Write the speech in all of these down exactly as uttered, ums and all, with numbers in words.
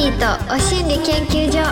ビーとお心理研究所。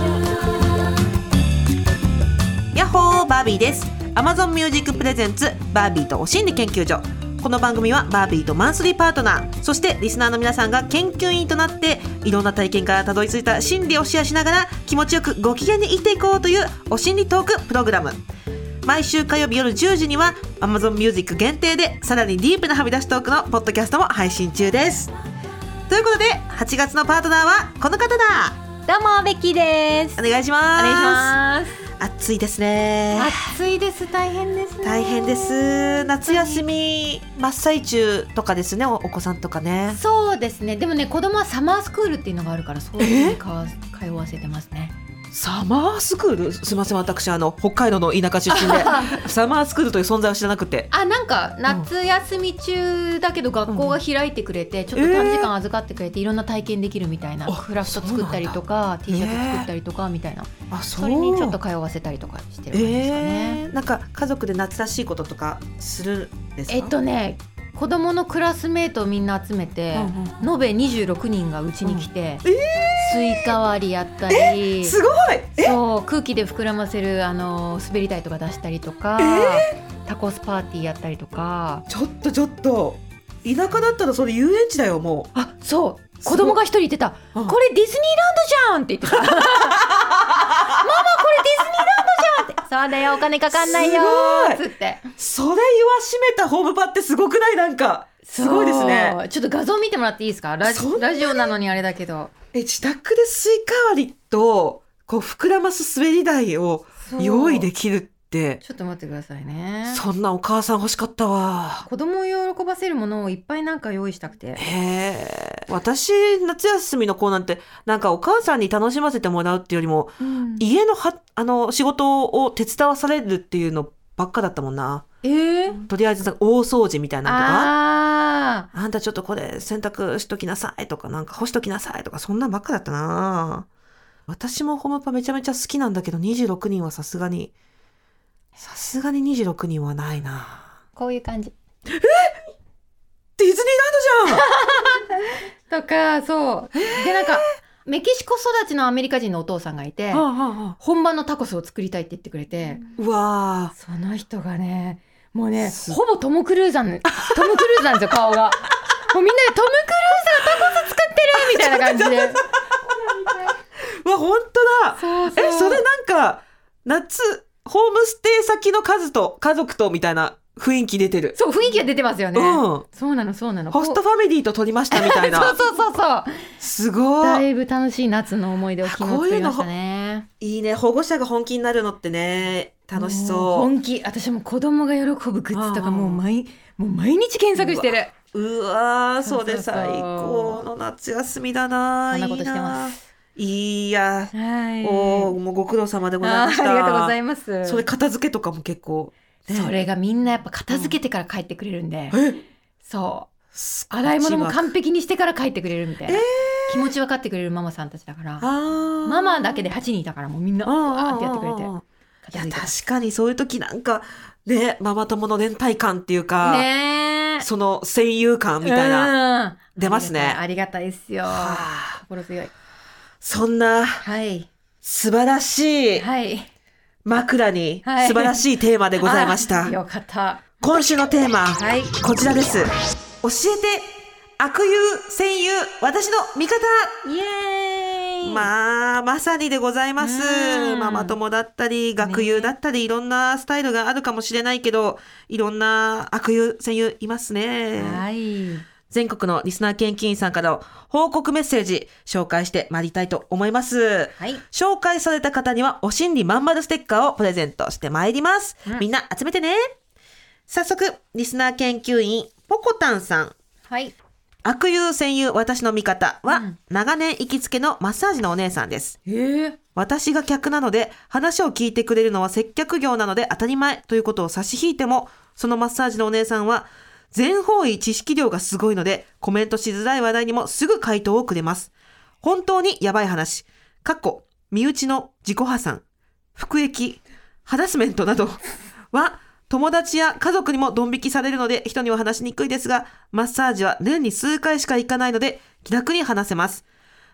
ヤッホー、バービーです。 Amazon Music プレゼンツバービーとお心理研究所。この番組はバービーとマンスリーパートナー、そしてリスナーの皆さんが研究員となっていろんな体験からたどり着いた心理をシェアしながら気持ちよくご機嫌に生きていこうというお心理トークプログラム。毎週火曜日夜じゅうじには Amazon Music 限定でさらにディープなはみ出しトークのポッドキャストも配信中です。ということではちがつのパートナーはこの方だ。 どうもベッキーです。 お願いします。 お願いします。 暑いですね。 暑いです。大変ですね。 大変です。夏休み真っ最中とかですね、 お, お子さんとかね。 そうですね。でもね、子供はサマースクールっていうのがあるから、そういうのに通わせてますね。 サマースクール、すみません、私あの北海道の田舎出身でサマースクールという存在を知らなくて。 あ、なんか夏休み中だけど学校が開いてくれて、うん、ちょっと短時間預かってくれて、いろんな体験できるみたいな、クラフト作ったりとか T シャツ作ったりとかみたいな、えー、あ、 そ, それにちょっと通わせたりとかしてる感じですかね。 えー、なんか家族で夏らしいこととかするんですか？ えっとね子供のクラスメートをみんな集めて、うんうん、延べにじゅうろくにんがうちに来て、うん、えー、スイカ割りやったり、 すごい、 そう空気で膨らませるあの滑り台とか出したりとか、 えー、 タコスパーティーやったりとか。 ちょっとちょっと田舎だったらそれ遊園地だよもう。 あ、そう子供が一人言ってた、うん、これディズニーランドじゃんって言ってたママこれディズニーランドじゃんってそうだよ、お金かかんないよーつって。 それ言わしめたホームパってすごくない？なんかすごいですね。 ちょっと画像見てもらっていいですか？ラ ジ, ラジオなのにあれだけど、 え自宅でスイカ割りとこう膨らます滑り台を用意できるって。 ちょっと待ってくださいね。 そんなお母さん欲しかったわ。 子供を喜ばせるものをいっぱいなんか用意したくて。 へー、私夏休みの子なんてなんかお母さんに楽しませてもらうっていうよりも、うん、家のはあの仕事を手伝わされるっていうのばっかだったもんな。 えー、 とりあえず大掃除みたいなのとか、 ああんたちょっとこれ洗濯しときなさいとか、なんか干しときなさいとか、そんなんばっかだったな。私もホームパめちゃめちゃ好きなんだけど、にじゅうろくにんはさすがにさすがににじゅうろくにんはないな。 こういう感じ。 えディズニーランドじゃんとか、そうで、なんかメキシコ育ちのアメリカ人のお父さんがいて、 はあはあ、 本場のタコスを作りたいって言ってくれて、 うわ、 その人がね、もうね、ほぼトム・クルーズなんトム・クルーズなんですよ顔が。もうみんなでトム・クルーズがタコス作ってるみたいな感じでうわ、本当だ。そうそう、え、それなんか夏ホームステイ先の数と家族とみたいな雰囲気出てる。 そう、雰囲気が出てますよね、うん、そうなのそうなの。 ホストファミリーと撮りましたみたいなそうそうそうそう、 すごい。 だいぶ楽しい夏の思い出を昨日作りましたね。 こういうのいいね、保護者が本気になるのってね、楽しそう。 本気。私も子供が喜ぶグッズとかもう 毎, もう毎日検索してる。 うわー、それ最高の夏休みだな。 そんなことしてます。 いいや、 はい、 おもうご苦労様でございました。 あ, ありがとうございます。 それ片付けとかも結構、 ね、それがみんなやっぱ片付けてから帰ってくれるんで、 うん、えそう洗い物も完璧にしてから帰ってくれるみたいな、えー、気持ち分かってくれるママさんたちだから。ママだけではちにんいたから、もうみんなわーってやってくれて。 いや確かにそういう時なんかね、ママ友の連帯感っていうか、 ね、 その戦友感みたいな、出ますね。 ありがたいですよ、はあ、心強い。 そんな、 はい、 素晴らしい枕に素晴らしいテーマでございました、 はい、よかった。 今週のテーマ、 はい、 こちらです。教えて悪友戦友私の味方。 イエーイ。 まあまさにでございます。ママ友だったり学友だったり、ね、いろんなスタイルがあるかもしれないけど、いろんな悪友戦友いますね。 はい、 全国のリスナー研究員さんからの報告メッセージ紹介してまいりたいと思います、 はい、 紹介された方にはお心理まんまるステッカーをプレゼントしてまいります、うん、みんな集めてね。早速リスナー研究員ポコタンさん、 はい、 悪友戦友私の味方は、うん、長年行きつけのマッサージのお姉さんです。 へー。 私が客なので話を聞いてくれるのは接客業なので当たり前ということを差し引いても、そのマッサージのお姉さんは全方位知識量がすごいのでコメントしづらい話題にもすぐ回答をくれます。本当にやばい話、かっこ身内の自己破産、服役、ハラスメントなどは友達や家族にもドン引きされるので人には話しにくいですが、マッサージは年に数回しか行かないので気楽に話せます。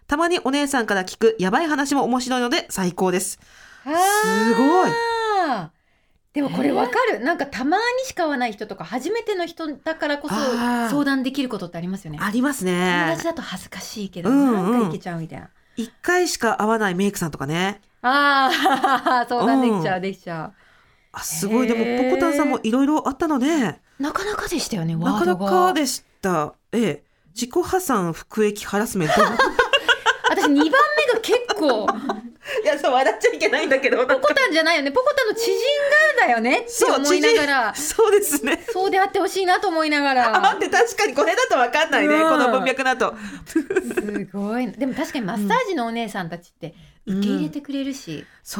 たまにお姉さんから聞くやばい話も面白いので最高です。 すごい。 でもこれわかる、なんかたまにしか会わない人とか初めての人だからこそ相談できることってありますよね。 ありますね。 友達だと恥ずかしいけど、 うんうん、 なんかいけちゃうみたいな。 一回しか会わないメイクさんとかね。 ああ相談できちゃう、うん、できちゃう。 あすごい。でもポコタンさんもいろいろあったのでなかなかでしたよね。ワードがなかなかでした。ええ、自己破産服役ハラスメント私にばんめが結構いやそう笑っちゃいけないんだけど、 ポコタンじゃないよね、ポコタンの知人がだよねって思いながら、 そうですね、 そうであってほしいなと思いながら。 あ待って確かにこれだと分かんないね、うん、この文脈だとすごい。でも確かにマッサージのお姉さんたちって受け入れてくれるし、うん、 そう、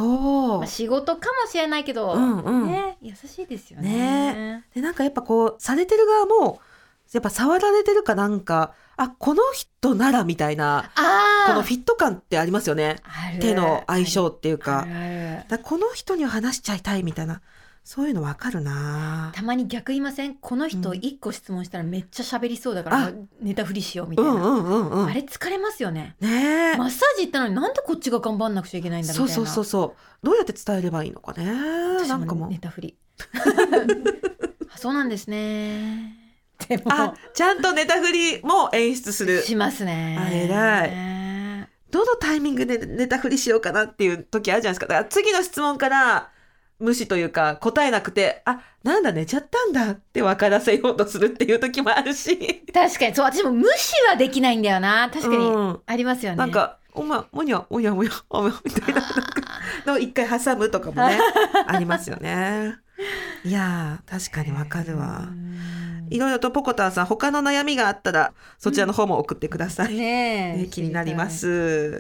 まあ、仕事かもしれないけど、うんうん、ね、優しいですよ ね, ねでなんかやっぱこうされてる側もやっぱ触られてるかなんか、あこの人ならみたいな、このフィット感ってありますよね。手の相性っていうか、だこの人には話しちゃいたいみたいな、そういうの分かるな。たまに逆言いません？この人いっこ質問したらめっちゃ喋りそうだから、うん、ネタ振りしようみたいな、うんうんうんうん、あれ疲れますよ ね, ねマッサージ行ったのになんでこっちが頑張んなくちゃいけないんだみたいな。 そうそうそうそう、どうやって伝えればいいのかね。なんかもネタ振りあそうなんですね。 でもあちゃんとネタ振りも演出する。 しますね。 あ偉い。どのタイミングでネタ振りしようかなっていう時あるじゃないですか。だから次の質問から無視というか答えなくて、あなんだ寝ちゃったんだって分からせようとするっていう時もあるし。 確かにそう、私も無視はできないんだよな。確かにありますよね、うん、 なんかおまおにゃおにゃおにゃおにゃみたいなの一回挟むとかもねありますよね。いや確かに分かるわ。いろいろとポコタンさん他の悩みがあったらそちらの方も送ってください、うんねえ、気になります。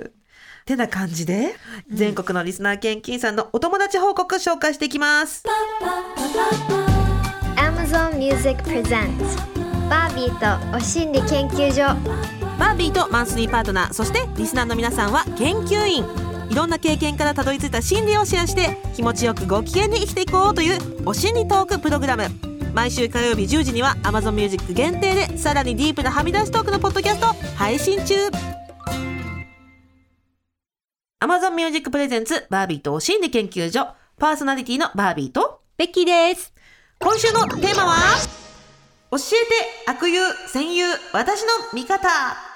てな感じで、うん、全国のリスナー研究員さんのお友達報告紹介していきます。 Amazon Music Presents バービーとお心理研究所。 バービーとマンスリーパートナー、そしてリスナーの皆さんは研究員。いろんな経験からたどり着いた心理をシェアして気持ちよくご機嫌に生きていこうというお心理トークプログラム。毎週火曜日じゅうじには Amazon Music 限定でさらにディープなはみ出しトークのポッドキャスト配信中。 Amazon Music プレゼンツバービーとお心理研究所、パーソナリティのバービーとベッキーです。 今週のテーマは教えて悪友戦友私の味方。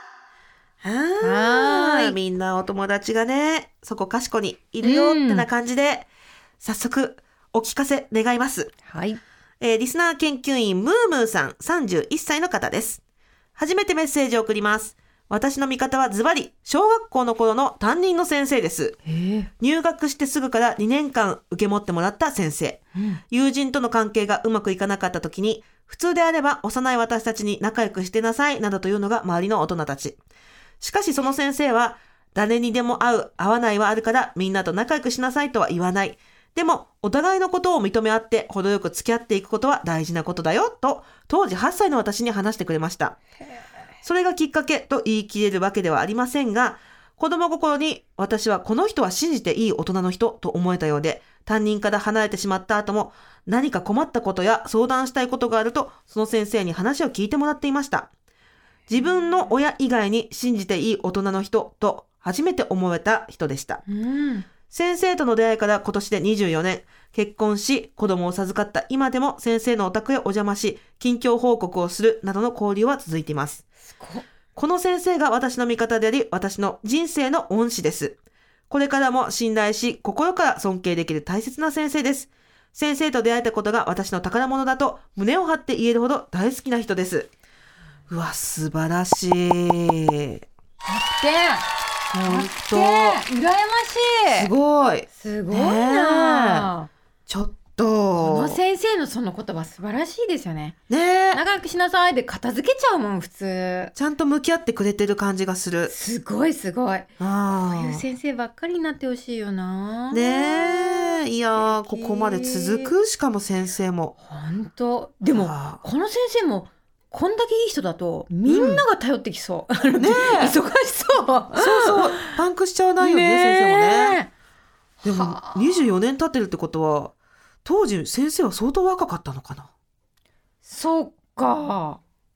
あーみんなお友達がねそこかしこにいるよってな感じで、早速お聞かせ願います。 はい、 えー、リスナー研究員ムームーさんさんじゅういっさいの方です。初めてメッセージを送ります。私の味方はズバリ小学校の頃の担任の先生です。入学してすぐからにねんかん受け持ってもらった先生、うん、友人との関係がうまくいかなかった時に普通であれば幼い私たちに仲良くしてなさいなどというのが周りの大人たち。しかしその先生は誰にでも会う会わないはあるからみんなと仲良くしなさいとは言わない。でもお互いのことを認め合って程よく付き合っていくことは大事なことだよと当時はっさいの私に話してくれました。それがきっかけと言い切れるわけではありませんが、子供心に私はこの人は信じていい大人の人と思えたようで、担任から離れてしまった後も何か困ったことや相談したいことがあるとその先生に話を聞いてもらっていました。自分の親以外に信じていい大人の人と初めて思えた人でした、うん、先生との出会いから今年でにじゅうよねん、結婚し子供を授かった今でも先生のお宅へお邪魔し近況報告をするなどの交流は続いています。この先生が私の味方であり私の人生の恩師です。これからも信頼し心から尊敬できる大切な先生です。先生と出会えたことが私の宝物だと胸を張って言えるほど大好きな人です。うわ素晴らしい。 って本当羨ましい。 すごいすごいな、 ね、ちょっとこの先生のその言葉素晴らしいですよね。 ね、 仲良くしなさいで片付けちゃうもん普通。 ちゃんと向き合ってくれてる感じがする。 すごいすごい。あこういう先生ばっかりになってほしいよな。 ねえ、いやここまで続く。しかも先生も本当でもこの先生もこんだけいい人だとみんなが頼ってきそう、うん、ね忙しそうそうそうパンクしちゃわないよね、ね先生もね。でもにじゅうよねん経ってるってことは当時先生は相当若かったのかな。 そうか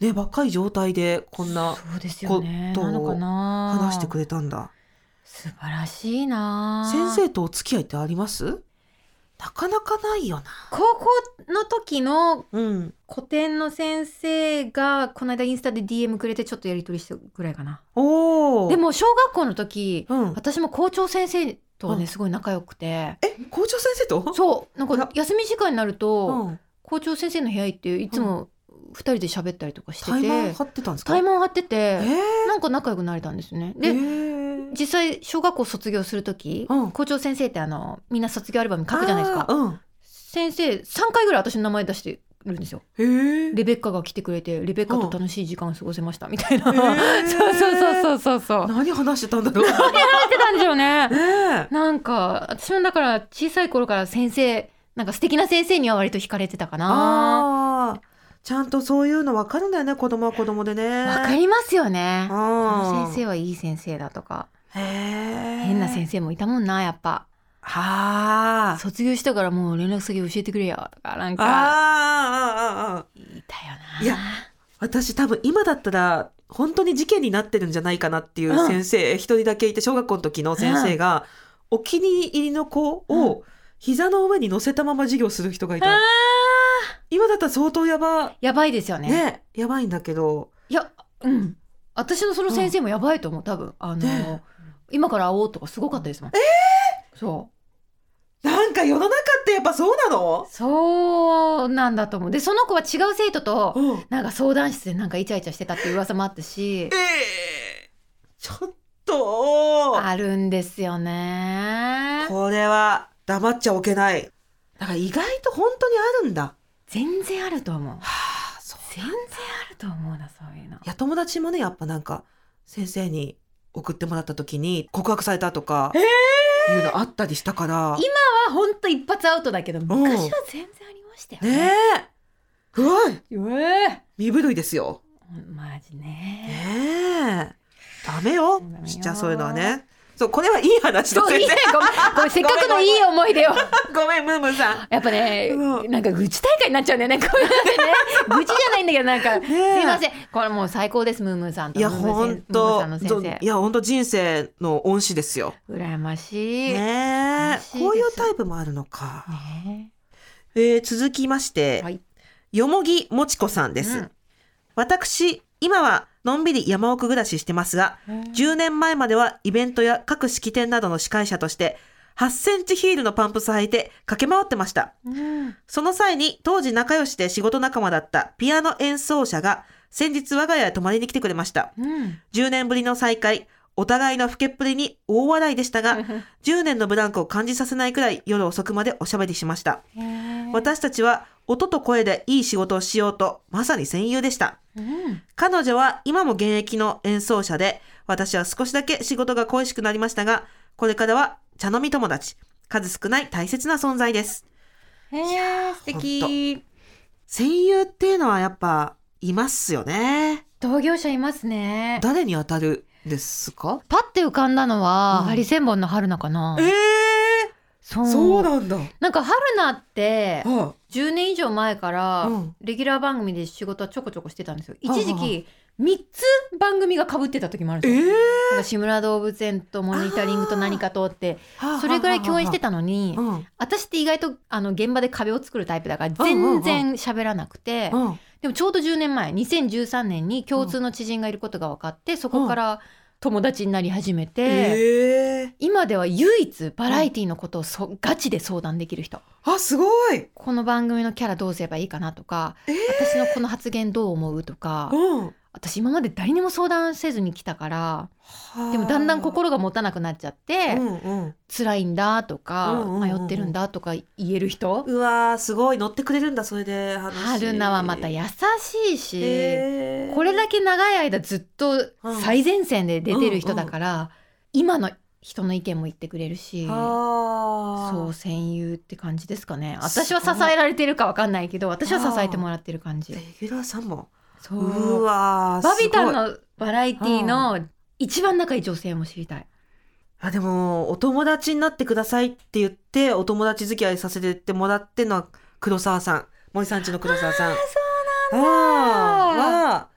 ね、若い状態でこんなそうですよね。 ことをなのかな。 話してくれたんだ。 素晴らしいな。 先生とお付き合いってあります？なかなかないよな。 高校の時のうん。 古典の先生がこの間インスタで ディーエム くれてちょっとやり取りしたぐらいかな。 おー。 でも小学校の時、 うん、 私も校長先生とはね、 うんすごい仲良くて。 え、校長先生と？ そうなんいやか休み時間になると、 うん、 校長先生の部屋行っていつもふたりで喋ったりとかしてて、 タイマン張ってたんですか？ タイマン張ってて、 えー、 なんか仲良くなれたんですね。で、 えー、 実際小学校卒業する時、 うん、 校長先生ってあのみんな卒業アルバム書くじゃないですか。 あー、うん、 先生さんかいぐらい私の名前出してるんですよ。 へー、 レベッカが来てくれてレベッカと楽しい時間を過ごせましたみたいな、 うんえー、 そうそうそうそうそうそう何話してたんだろう。 何やられてたんでしょうね。 ねえ、 なんか私もだから小さい頃から先生なんか素敵な先生には割と惹かれてたかな。 あー、ちゃんとそういうの分かるんだよね、子供は子供でね。 わかりますよね。こあの先生はいい先生だとか、 へー、 変な先生もいたもんなやっぱ。 はあ、 卒業したからもう連絡先教えてくれよとかなんかあーあーあーあー言いたよな。 いや私多分今だったら本当に事件になってるんじゃないかなっていう先生一人だけいて、小学校の時の先生がお気に入りの子を膝の上に乗せたまま授業する人がいた。 あー今だったら相当やばやばいですよね。 ね、やばいんだけど、 いやうん私のその先生もやばいと思う多分あの、 ね、 今から会おうとかすごかったですもん。えー、そうなんか世の中ってやっぱそうなの？ そうなんだと思う。でその子は違う生徒と、 うん、 なんか相談室でなんかイチャイチャしてたっていう噂もあったし、 えー、ちょっとあるんですよね。 これは黙っちゃおけない。だから意外と本当にあるんだ。 全然あると思う。 はあ、そう全然あると思うなそういうの。 いや友達もねやっぱなんか先生に送ってもらった時に告白されたとかいうのあったりしたから、 今はほんと一発アウトだけど昔は全然ありましたよね。 ねえ、うわい、 ええ身震いですよ。 マジね。 ねえ、ダメよダメよちっちゃそういうのはね。そう、これはいい話だそういいね先生ごめんごめんせっかくのいい思い出をごめんムームーさん。 やっぱね、 うんなんか愚痴大会になっちゃうんだよね。ごめんなさいね。愚痴じゃないんだけどなんか、 ねえすいません。これもう最高です。ムームーさんといやムームー本せんムームー当さんの先生。 いや本当人生の恩師ですよ。 羨ましい。 ねえ、 嬉しいですこういうタイプもあるのか。 ねえー続きまして、 はいよもぎもちこさんです。 うん私今はのんびり山奥暮らししてますが、じゅうねんまえまではイベントや各式典などの司会者としてはちセンチヒールのパンプス履いて駆け回ってました。 うんその際に当時仲良しで仕事仲間だったピアノ演奏者が先日我が家へ泊まりに来てくれました。 うんじゅうねんぶりの再会、お互いの老けっぷりに大笑いでしたが、じゅうねんのブランクを感じさせないくらい夜遅くまでおしゃべりしました。 へー私たちは音と声でいい仕事をしようとまさに戦友でした。 うん彼女は今も現役の演奏者で、私は少しだけ仕事が恋しくなりましたが、これからは茶飲み友達、数少ない大切な存在です。 へー素敵。 戦友っていうのはやっぱいますよね。 同業者いますね。 誰に当たるんですか？ パッて浮かんだのは、 うんハリセンボンの春菜かな。 えー、 そうそうなんだ。 なんか春菜ってはじゅうねん以上前からうんレギュラー番組で仕事はちょこちょこしてたんですよ。 はあ一時期みっつ番組が被ってた時もあるんあ、えですよ。 ー、 なんか志村動物園とモニタリングと何かとってそれぐらい共演してたのに、 うん私って意外とあの現場で壁を作るタイプだからうんうん全然喋らなくて、 うんでもちょうどじゅうねんまえにせんじゅうさんねんに共通の知人がいることが分かってそこから友達になり始めて、 えー、 今では唯一バラエティのことをそガチで相談できる人。 あ、すごい。 この番組のキャラどうすればいいかなとか、 えー私のこの発言どう思うとか、 うん、 私今まで誰にも相談せずに来たからでもだんだん心が持たなくなっちゃって、 うんうん、 辛いんだとか、 うんうんうんうん迷ってるんだとか言える人。 うわー、すごい乗ってくれるんだ。それで話。 春菜はまた優しいし、 えーこれだけ長い間ずっと最前線で出てる人だから、今の人の意見も言ってくれるし、 あー、 そう戦友って感じですかね。私は支えられてるか分かんないけど私は支えてもらってる感じレ。ギュラーさんも。 そううわー、 バビタンすごい。 のバラエティの一番仲いい女性も知りたい。 あ、でもお友達になってくださいって言ってお友達付き合いさせてってもらってのは黒沢さん、森さんちの黒沢さん。 そうあーは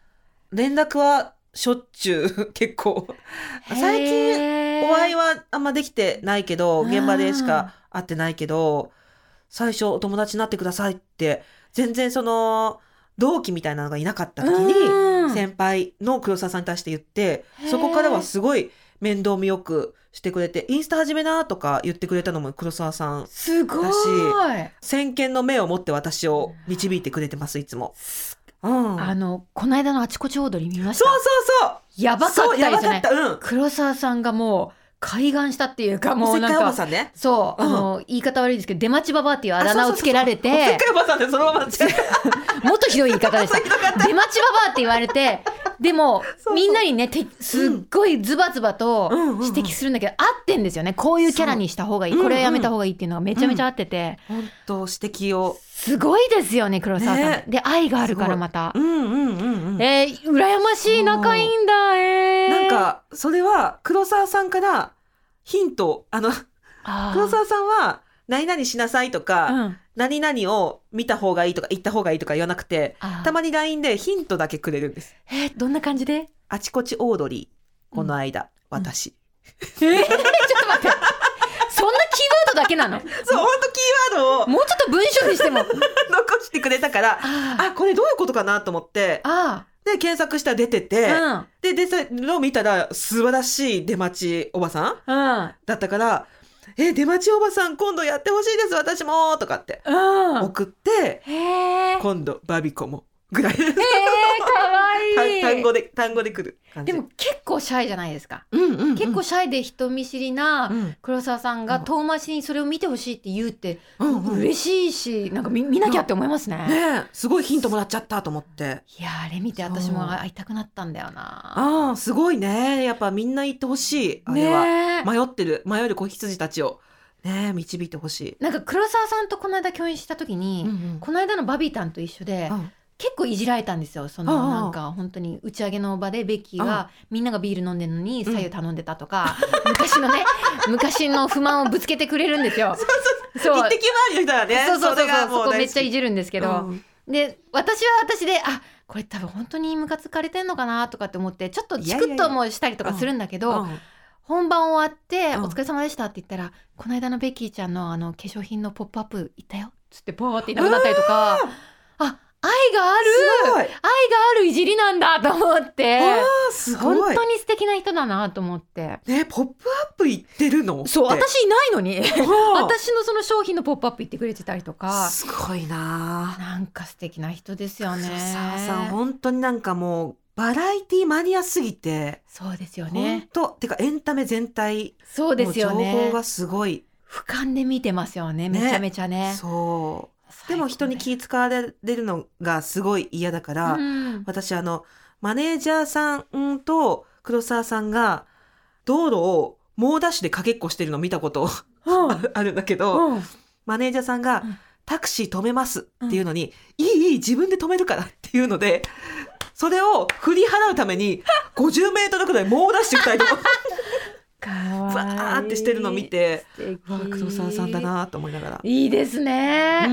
連絡はしょっちゅう結構最近お会いはあんまできてないけど現場でしか会ってないけど、最初お友達になってくださいって全然その同期みたいなのがいなかった時に先輩の黒沢さんに対して言って、そこからはすごい面倒見よくしてくれて、インスタ始めなとか言ってくれたのも黒沢さんだし、 すごい先見の目を持って私を導いてくれてます、いつも。うん、 あのこの間のあちこちオードリー見ました？ そうそうそう、 やばかったですよね。 そうやばかった、うん、 黒沢さんがもう開眼したっていうか、もうなんか、 ね、 そう、うん、あの言い方悪いですけど出待ちババアっていうあだ名をつけられて、 おせっかいおばさんでそのままもっとひどい言い方でした出待ちババアって言われて、でもみんなにねてすっごいズバズバと指摘するんだけど、合ってんですよね。こういうキャラにした方がいい、これはやめた方がいいっていうのがめちゃめちゃ合ってて、 本当、うん、指摘をすごいですよね黒沢さん、ね、で愛があるからまた、 うんうんうんうん、 えー、羨ましい、仲いいんだ、えー、 なんかそれは黒沢さんからヒント、あの黒沢さんは何々しなさいとか、うん、何々を見た方がいいとか言った方がいいとか言わなくて、たまに ライン でヒントだけくれるんです。 えー、どんな感じで？ あちこちオードリーこの間、うん、私、 うん、えー、ちょっと待ってそんなキーワードだけなの？ そう、本当キーワードをもうちょっと文章にしても残してくれたから、あ、これどういうことかなと思って、あで検索したら出てて、うん、ででそれを見たら素晴らしい出待ちおばさん、うん、だったから、え出待ちおばさん今度やってほしいです私もとかって送って、うん、へ今度バビコもぐらい、へーかわいい単語で単語で来る感じ。 でも結構シャイじゃないですか、うんうんうん、結構シャイで人見知りな黒沢さんが遠回しにそれを見てほしいって言うって、うんうん、嬉しいし、なんか 見, 見なきゃって思いますね。 ね、すごいヒントもらっちゃったと思って、 いやあれ見て私も会いたくなったんだよな。 あ、すごいね、やっぱみんな言ってほしい、あれは、ね、迷ってる迷える子羊たちをね導いてほしい。 なんか黒沢さんとこの間共演した時に、うんうん、この間のバビータンと一緒で、うん結構いじられたんですよ。そのなんか本当に打ち上げの場でベッキーがみんながビール飲んでるのに白湯頼んでたとか、うん、昔のね昔の不満をぶつけてくれるんですよ。 そうそうそう、一滴回りの人はね、 そうそうそうそう、そこめっちゃいじるんですけど、うん、で私は私で、あ、これ多分本当にムカつかれてんのかなとかって思ってちょっとチクッともしたりとかするんだけど、いやいやいや、うん、本番終わって、うん、お疲れ様でしたって言ったら、この間のベッキーちゃんのあの化粧品のポップアップ行ったよつってポーっていなくなったりとか、あ、愛がある愛があるいじりなんだと思って、すごい本当に素敵な人だなと思って、 ね、ポップアップ行ってるの？ そう、私いないのに私のその商品のポップアップ行ってくれてたりとか、 すごいな、 なんか素敵な人ですよね。 黒沢さん本当になんかもうバラエティマニアすぎて、 そうですよね、 本当てかエンタメ全体、 そうですよね、 情報がすごい俯瞰で見てますよね、めちゃめちゃね、 そうでも人に気使われるのがすごい嫌だから、うん、私あのマネージャーさんと黒沢さんが道路を猛ダッシュでかけっこしてるの見たこと、うん、あるんだけど、うん、マネージャーさんが、うん、タクシー止めますっていうのに、うん、いいいい自分で止めるからっていうので、それを振り払うためにごじゅうメートルくらい猛ダッシュしたりとかバーってしてるのを見て、黒沢さんだなと思いながら、 いいですね、うん、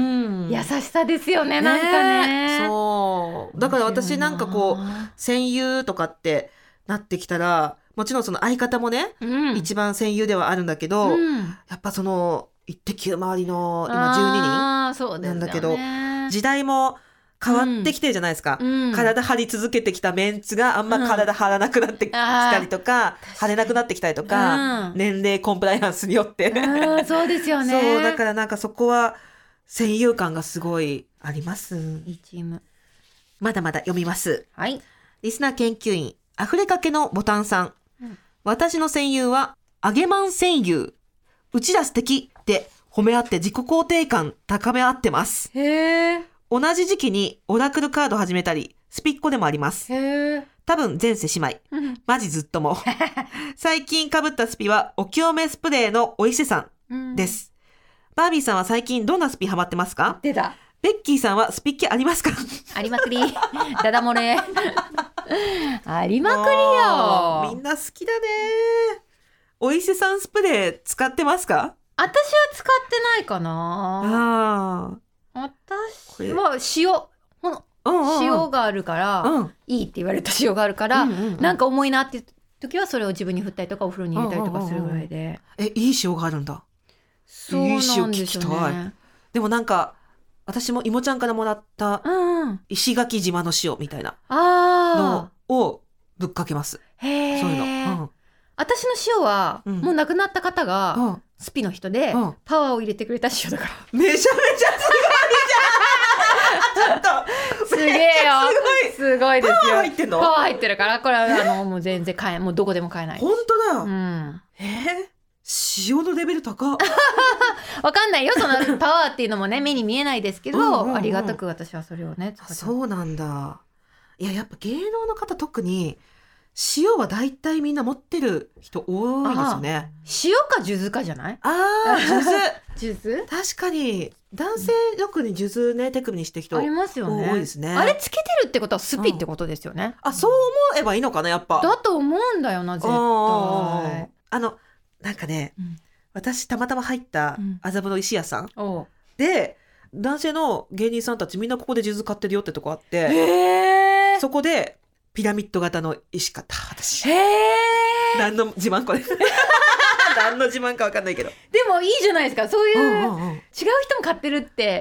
優しさですよね、なんかね、 そうだから私なんかこう戦友とかってなってきたら、もちろんその相方もね、うん、一番戦友ではあるんだけど、うん、やっぱそのイッテ Q 周りの今じゅうににんなんだけど、時代も変わってきてるじゃないですか、うん、体張り続けてきたメンツがあんま体張らなくなってきたりとか、うん、張れなくなってきたりとか、うん、年齢コンプライアンスによってそうですよね。 そうだからなんかそこは戦友感がすごいあります。 いいチーム。 まだまだ読みます、 はい、 リスナー研究員あふれかけのボタンさん、うん、私の戦友はあげまん戦友、うちら素敵って褒め合って自己肯定感高め合ってます。 へー、 同じ時期にオラクルカード始めたり、スピッコでもあります。 へー、 多分前世姉妹。マジずっとも。最近被ったスピはお清めスプレーのお伊勢さんです。うん、バービーさんは最近どんなスピハマってますか？ 出た。 ベッキーさんはスピッケありますか？ ありまくり。ダダ漏れ。ありまくりよ。 みんな好きだね。お伊勢さんスプレー使ってますか？ 私は使ってないかな。 ああ。 私は塩、ほんうんうん、 塩があるから、うん、いいって言われた塩があるから、うんうんうん、なんか重いなっていう時はそれを自分に振ったりとかお風呂に入れたりとかするぐらいで、うんうんうん、 えいい塩があるんだ。 そうなんですよね。 でもなんか私もいもちゃんからもらった石垣島の塩みたいなのをぶっかけます。 へー、 そういうの、うん、 私の塩は、うん、もう亡くなった方が、うん、スピの人で、うん、パワーを入れてくれた塩だからめちゃめちゃすごいじゃんちょっとすげえよ、すごいですよ。 パワー入ってんの？ パワー入ってるから、これはあのもう全然買え、もうどこでも買えない。 本当だ、 うん、 えー塩のレベル高っわかんないよ、そのパワーっていうのもね目に見えないですけど、うんうんうん、ありがたく私はそれをね使って。 そうなんだ。いややっぱ芸能の方特に塩はだいたいみんな持ってる人多いですよね。 塩か数珠かじゃない？ あー数珠数珠確かに男性よくに数珠ね手首にしてる人ありますよね。 多いですね。 あれつけてるってことはスピってことですよね、 うん、あそう思えばいいのかなやっぱ。 だと思うんだよな絶対。あのなんかね、うん、私たまたま入った麻布の石屋さん、 うん、 で男性の芸人さんたちみんなここで数珠買ってるよってとこあって、 へー、 そこでピラミッド型の石買った私。 へー、 何の自慢これ何の自慢か分かんないけど、 でもいいじゃないですか、そういう、うんうんうん、違う人も買ってるって。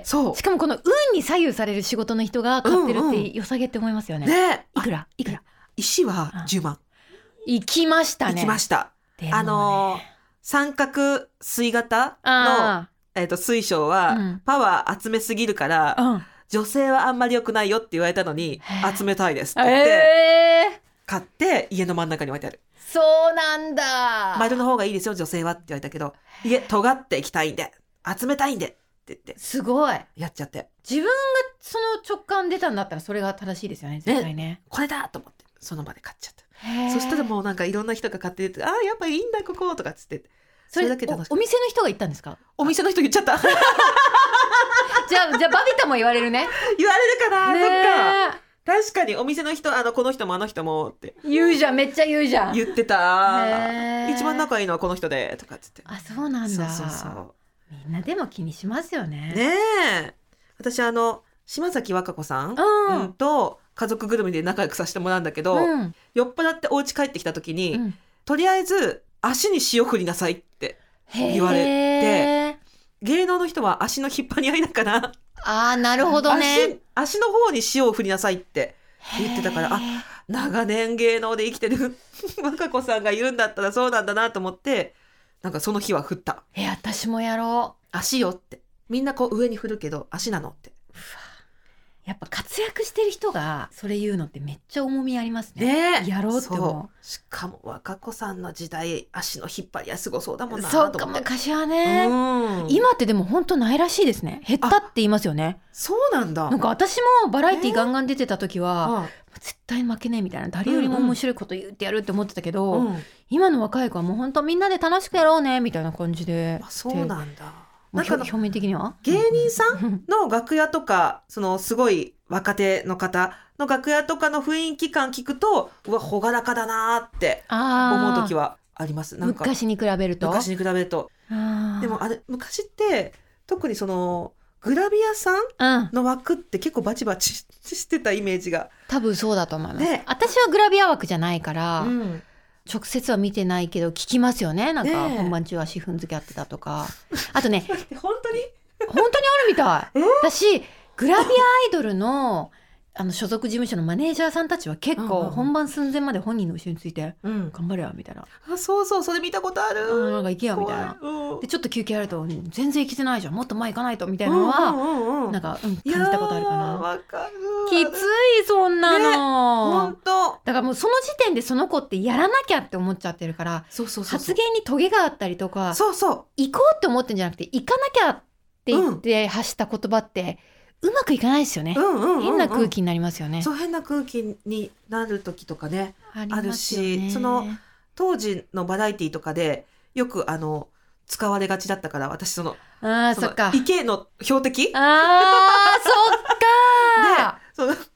そう、 しかもこの運に左右される仕事の人が買ってるって良さげって思いますよね、 うんうん、ね、 いくらいくら石はじゅうまん、 行きましたね。 行きました。 ね、 あのー三角錐型の、えー、と水晶は、うん、パワー集めすぎるから、うん、女性はあんまり良くないよって言われたのに集めたいですって言って、えー、買って家の真ん中に置いてある。 そうなんだ。 丸の方がいいですよ女性はって言われたけど、いえ尖っていきたいんで集めたいんでって言ってすごいやっちゃって、 自分がその直感出たんだったらそれが正しいですよね絶対 ね, ねこれだと思ってその場で買っちゃった。そしたらもうなんかいろんな人が買ってて、あーやっぱいいんだこことかっつって、 それだけ楽しかった。 お, お店の人が言ったんですか？ お店の人言っちゃったじゃあじゃあバビタも言われるね言われるかな、ね、そっか確かにお店の人あのこの人もあの人もって言うじゃん、めっちゃ言うじゃん。 言ってた。一番仲いいのはこの人でとかっつって。 あ、そうなんだ。 そうそうそう、 みんなでも気にしますよね。 ねえ、私あの島崎和歌子さん、うんうん、と家族ぐるみで仲良くさせてもらうんだけど、うん、酔っ払ってお家帰ってきた時に、うん、とりあえず足に塩振りなさいって言われて、芸能の人は足の引っ張り合いだからあーなるほどね、 足, 足の方に塩を振りなさいって言ってたから、あ長年芸能で生きてる和歌子さんが言うんだったらそうなんだなと思って、なんかその日は振った。 え私もやろう。 足よって、みんなこう上に振るけど足なのって。 やっぱ活躍してる人がそれ言うのってめっちゃ重みありますね。ね、やろうって思う。 しかも和歌子さんの時代足の引っ張りはすごそうだもんなとそ思って。 うか昔はね、うん、今ってでも本当ないらしいですね。減ったって言いますよね。 そうなんだ。 なんか私もバラエティガンガン出てた時は、えー、絶対負けねえみたいな、誰よりも面白いこと言ってやるって思ってたけど、うんうん、今の若い子はもう本当みんなで楽しくやろうねみたいな感じで。 あ、そうなんだ。 なんか表面的には芸人さんの楽屋とかそのすごい若手の方の楽屋とかの雰囲気感聞くと、うわ朗らかだなって思う時はあります。なんか昔に比べると昔に比べるとでもあれ昔って特にそのグラビアさんの枠って結構バチバチしてたイメージが、 多分そうだと思います、ね、私はグラビア枠じゃないから、うん、直接は見てないけど聞きますよね。なんか本番中は私粉付け合ってたとか、あとね本当に本当にあるみたい。私グラビアアイドルのあの所属事務所のマネージャーさんたちは結構本番寸前まで本人の後ろについて、うん、頑張れよみたいな、 あそうそうそれ見たことある、 あなんか行けよみたいな、うん、でちょっと休憩あると全然行けてないじゃんもっと前行かないとみたいなのは、うんうんうん、なんか、うん、感じたことあるかな。 わかる。 きついそんなの、 ね、本当だからもうその時点でその子ってやらなきゃって思っちゃってるから、 そうそうそうそう、 発言にトゲがあったりとか、 そうそう行こうって思ってんじゃなくて行かなきゃって言って発した言葉って、うん、うまくいかないですよね、うんうんうんうん、変な空気になりますよね。 そう変な空気になる時とかね あ, あるし、その当時のバラエティとかでよくあの使われがちだったから、私そのあそっか池の標的あそっかでその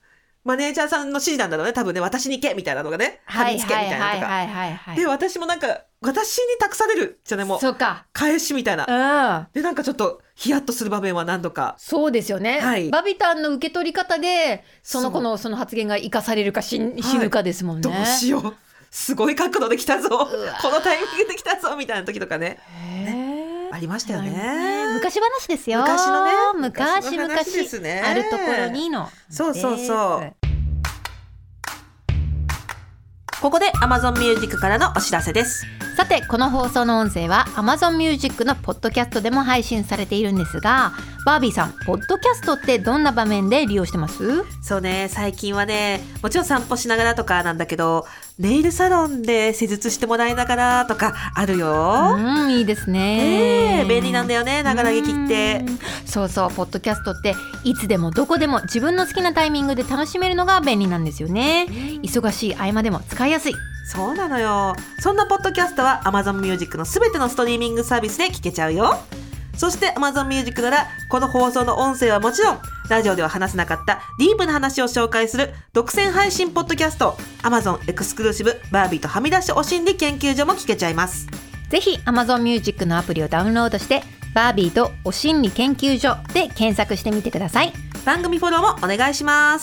マネージャーさんの指示なんだろうね多分ね。私に行けみたいなのがね、貼り付けみたいなのとか、 はいはいはいはいはい、 で私もなんか私に託されるじゃね、もうそうか返しみたいな、 うん、 でなんかちょっとヒヤッとする場面は何度か。 そうですよね、はい、バビタンの受け取り方でその子のその発言が生かされるか死ぬかですもんね、 はい、どうしよう、すごい角度できたぞ、このタイミングできたぞみたいな時とか ね, ねありましたよ ね, ね昔話ですよ。 昔のね昔々ですね、あるところにのそうそうそう。ここで Amazon Music からのお知らせです。 さてこの放送の音声は Amazon Music のポッドキャストでも配信されているんですが、バービーさん、ポッドキャストってどんな場面で利用してます？ そうね、最近はね、もちろん散歩しながらとかなんだけど、ネイルサロンで施術してもらいながらとかあるよ。 うん、いいですね、 えー、便利なんだよね、ながら劇って。 そうそう、ポッドキャストっていつでもどこでも自分の好きなタイミングで楽しめるのが便利なんですよね。忙しい合間でも使いやすい。 そうなのよ。そんなポッドキャストは Amazon Music のすべてのストリーミングサービスで聞けちゃうよ。そして Amazon Music ならこの放送の音声はもちろん、ラジオでは話せなかったディープな話を紹介する独占配信ポッドキャスト Amazon エクスクルーシブバービーとはみ出しお心理研究所も聞けちゃいます。 ぜひ Amazon Music のアプリをダウンロードしてバービーとお心理研究所で検索してみてください。 番組フォローもお願いします。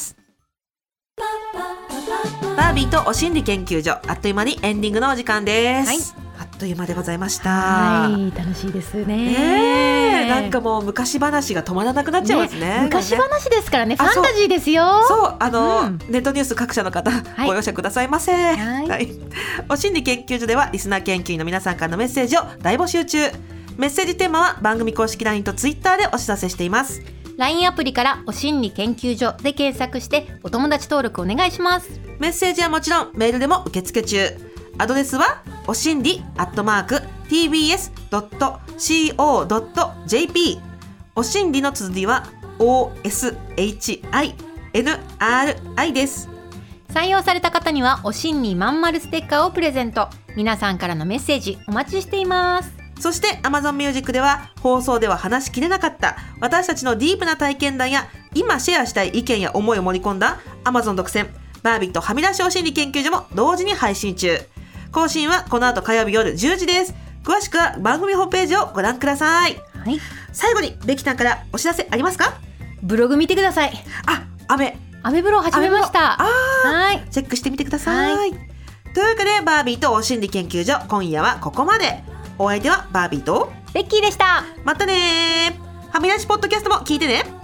バービーとお心理研究所、あっという間にエンディングのお時間です、はい、あっという間でございました。 はい、楽しいですね。 ね、なんかもう昔話が止まらなくなっちゃいます ね, ね昔話ですからね、ファンタジーですよ。 そうあの、うん、ネットニュース各社の方、はい、ご容赦くださいませ、はいはい、お心理研究所ではリスナー研究員の皆さんからのメッセージを大募集中。メッセージテーマは番組公式 ライン と ツイッター でお知らせしています。 ライン アプリからお心理研究所で検索してお友達登録お願いします。 メッセージはもちろんメールでも受付中。アドレスはおしんりアットマーク ティービーエスドットシーオードットジェーピー。 おしんりの綴りは オーエスエイチアイエヌアールアイ です。 採用された方にはおしんりまんまるステッカーをプレゼント。皆さんからのメッセージお待ちしています。 そして Amazon Music では放送では話しきれなかった私たちのディープな体験談や今シェアしたい意見や思いを盛り込んだ Amazon 独占バービーとはみ出しお心理研究所も同時に配信中。更新はこの後火曜日夜じゅうじです。詳しくは番組ホームページをご覧ください、はい、最後にベキさんからお知らせありますか？ ブログ見てください。 あ、アメアメブロ始めました。 あ、 はい、 チェックしてみてください、はい、というわけでバービーとお心理研究所、今夜はここまで。お相手はバービーとベッキーでした。 またね。はみ出しポッドキャストも聞いてね。